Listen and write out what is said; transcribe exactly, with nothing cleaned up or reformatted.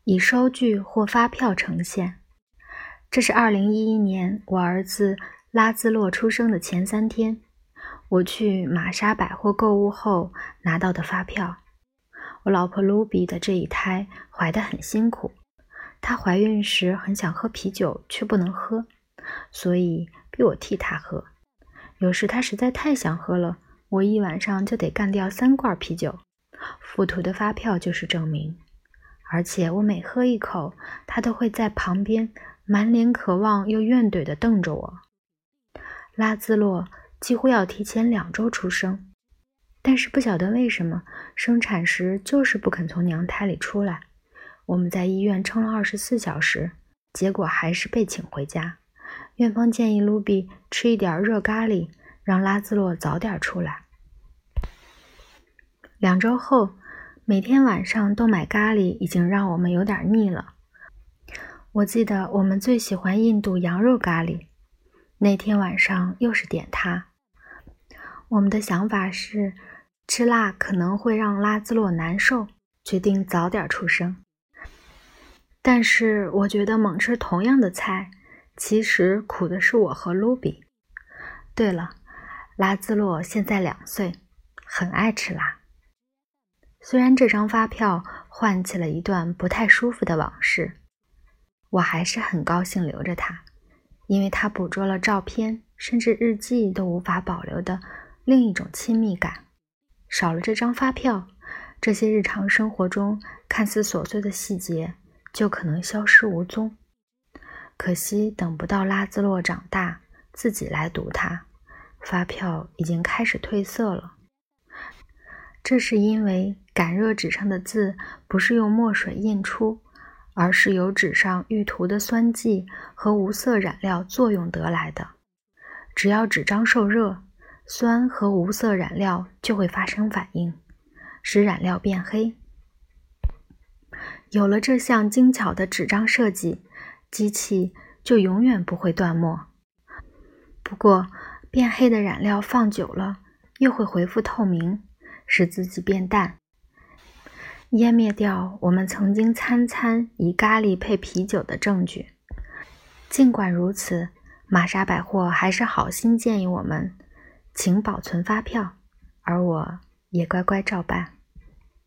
以收据或发票呈现。这是二零一一年我儿子拉兹洛出生的前三天，我去玛莎百货购物后拿到的发票。我老婆卢比的这一胎怀得很辛苦，她怀孕时很想喝啤酒却不能喝，所以逼我替她喝。有时她实在太想喝了，我一晚上就得干掉三罐啤酒，附图的发票就是证明。而且我每喝一口，她都会在旁边满脸渴望又怨怼地瞪着我。拉兹洛几乎要提前两周出生，但是不晓得为什么生产时就是不肯从娘胎里出来。我们在医院撑了二十四小时，结果还是被请回家。院方建议卢比吃一点热咖喱，让拉兹洛早点出来。两周后，每天晚上都买咖喱已经让我们有点腻了。我记得我们最喜欢印度羊肉咖喱，那天晚上又是点它。我们的想法是吃辣可能会让拉兹洛难受，决定早点出生。但是我觉得猛吃同样的菜，其实苦的是我和卢比。对了，拉兹洛现在两岁，很爱吃辣。虽然这张发票唤起了一段不太舒服的往事，我还是很高兴留着它，因为它捕捉了照片甚至日记都无法保留的另一种亲密感。少了这张发票，这些日常生活中看似琐碎的细节就可能消失无踪。可惜等不到拉兹洛长大自己来读它，发票已经开始褪色了。这是因为感热纸上的字不是用墨水印出，而是由纸上预涂的酸剂和无色染料作用得来的。只要纸张受热，酸和无色染料就会发生反应，使染料变黑。有了这项精巧的纸张设计，机器就永远不会断墨。不过，变黑的染料放久了又会恢复透明，使字迹变淡，湮灭掉我们曾经餐餐以咖喱配啤酒的证据。尽管如此，玛莎百货还是好心建议我们请保存发票，而我也乖乖照办。